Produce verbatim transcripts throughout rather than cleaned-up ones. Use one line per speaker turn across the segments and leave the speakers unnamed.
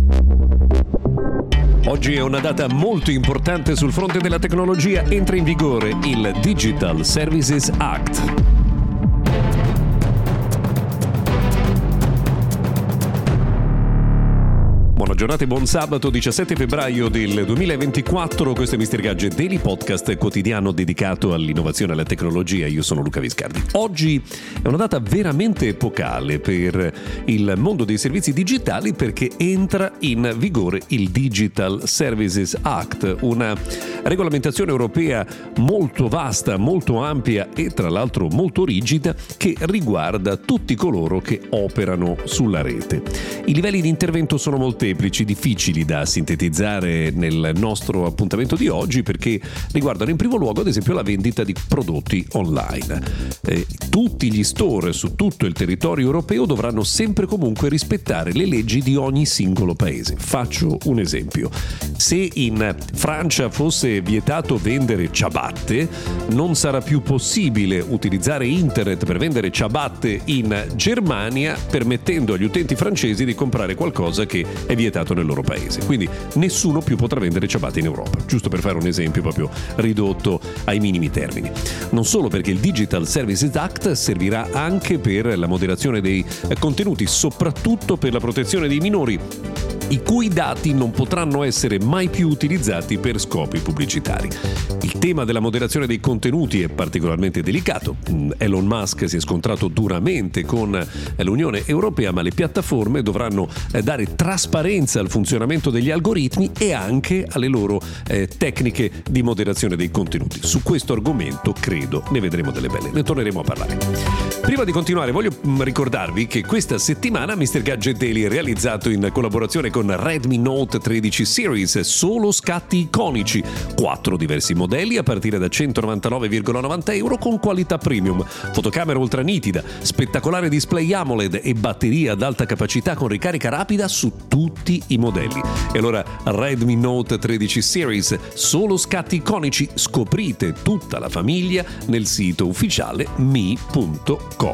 Oggi è una data molto importante sul fronte della tecnologia. Entra in vigore il Digital Services Act. Buona giornata e buon sabato diciassette febbraio del duemilaventiquattro. Questo è mister Gadget Daily, podcast quotidiano dedicato all'innovazione e alla tecnologia. Io sono Luca Viscardi. Oggi è una data veramente epocale per il mondo dei servizi digitali perché entra in vigore il Digital Services Act, una regolamentazione europea molto vasta, molto ampia e tra l'altro molto rigida che riguarda tutti coloro che operano sulla rete. I livelli di intervento sono molteplici, difficili da sintetizzare nel nostro appuntamento di oggi perché riguardano in primo luogo ad esempio la vendita di prodotti online. Eh, tutti gli store su tutto il territorio europeo dovranno sempre comunque rispettare le leggi di ogni singolo paese. Faccio un esempio: se in Francia fosse vietato vendere ciabatte, non sarà più possibile utilizzare internet per vendere ciabatte in Germania, permettendo agli utenti francesi di comprare qualcosa che è vietato nel loro paese. Quindi nessuno più potrà vendere ciabatte in Europa, giusto per fare un esempio proprio ridotto ai minimi termini. Non solo, perché il Digital Services Act servirà anche per la moderazione dei contenuti, soprattutto per la protezione dei minori, i cui dati non potranno essere mai più utilizzati per scopi pubblicitari. Il tema della moderazione dei contenuti è particolarmente delicato. Elon Musk si è scontrato duramente con l'Unione Europea, ma le piattaforme dovranno dare trasparenza al funzionamento degli algoritmi e anche alle loro eh, tecniche di moderazione dei contenuti. Su questo argomento credo ne vedremo delle belle, ne torneremo a parlare. Prima di continuare voglio ricordarvi che questa settimana mister Gadget Daily è realizzato in collaborazione con Redmi Note tredici Series, solo scatti iconici, quattro diversi modelli a partire da centonovantanove virgola novanta euro con qualità premium, fotocamera ultra nitida, spettacolare display AMOLED e batteria ad alta capacità con ricarica rapida su tutti i modelli. E allora Redmi Note tredici Series, solo scatti iconici, scoprite tutta la famiglia nel sito ufficiale mi punto com.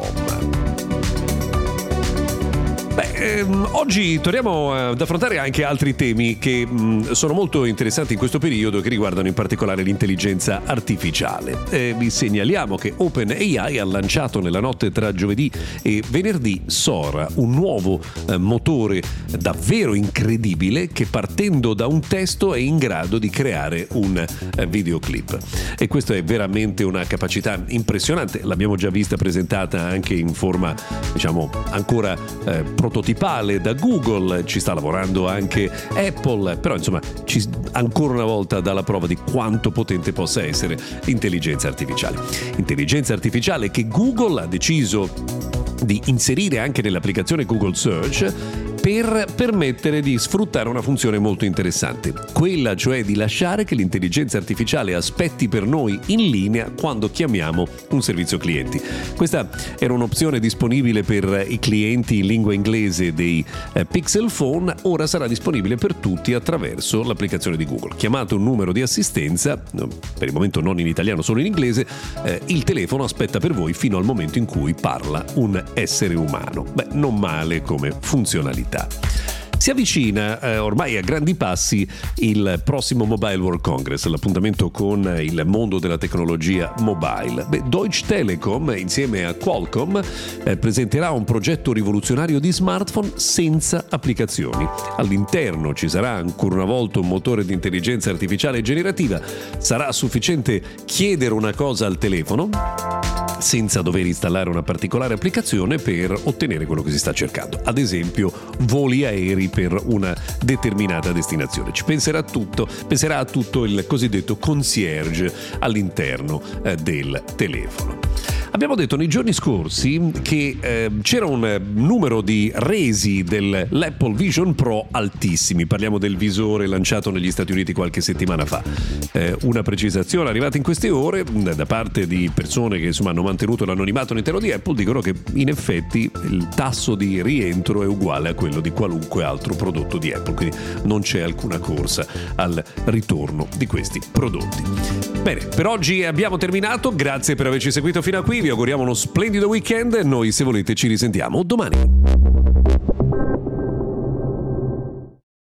Beh, ehm, oggi torniamo ad affrontare anche altri temi che mh, sono molto interessanti in questo periodo, che riguardano in particolare l'intelligenza artificiale. Eh, vi segnaliamo che OpenAI ha lanciato nella notte tra giovedì e venerdì Sora, un nuovo eh, motore davvero incredibile che partendo da un testo è in grado di creare un eh, videoclip. E questa è veramente una capacità impressionante. L'abbiamo già vista presentata anche in forma, diciamo, ancora eh, prototipale da Google, ci sta lavorando anche Apple, però insomma ci, ancora una volta dà la prova di quanto potente possa essere l'intelligenza artificiale. Intelligenza artificiale che Google ha deciso di inserire anche nell'applicazione Google Search per permettere di sfruttare una funzione molto interessante, quella cioè di lasciare che l'intelligenza artificiale aspetti per noi in linea quando chiamiamo un servizio clienti. Questa era un'opzione disponibile per i clienti in lingua inglese dei eh, Pixel Phone, ora sarà disponibile per tutti attraverso l'applicazione di Google. Chiamate un numero di assistenza, per il momento non in italiano, solo in inglese, eh, il telefono aspetta per voi fino al momento in cui parla un essere umano. Beh, non male come funzionalità. Si avvicina eh, ormai a grandi passi il prossimo Mobile World Congress, l'appuntamento con il mondo della tecnologia mobile. Beh, Deutsche Telekom insieme a Qualcomm eh, presenterà un progetto rivoluzionario di smartphone senza applicazioni. All'interno ci sarà ancora una volta un motore di intelligenza artificiale generativa. Sarà sufficiente chiedere una cosa al telefono senza dover installare una particolare applicazione per ottenere quello che si sta cercando, ad esempio voli aerei per una determinata destinazione. Ci penserà tutto, penserà a tutto il cosiddetto concierge all'interno eh, del telefono. Abbiamo detto nei giorni scorsi che eh, c'era un numero di resi dell'Apple Vision Pro altissimi. Parliamo del visore lanciato negli Stati Uniti qualche settimana fa. Eh, una precisazione arrivata in queste ore da parte di persone che insomma hanno mantenuto l'anonimato all'interno di Apple, dicono che in effetti il tasso di rientro è uguale a quello di qualunque altro prodotto di Apple, quindi non c'è alcuna corsa al ritorno di questi prodotti. Bene, per oggi abbiamo terminato, grazie per averci seguito fino a qui, vi auguriamo uno splendido weekend e noi, se volete, ci risentiamo domani.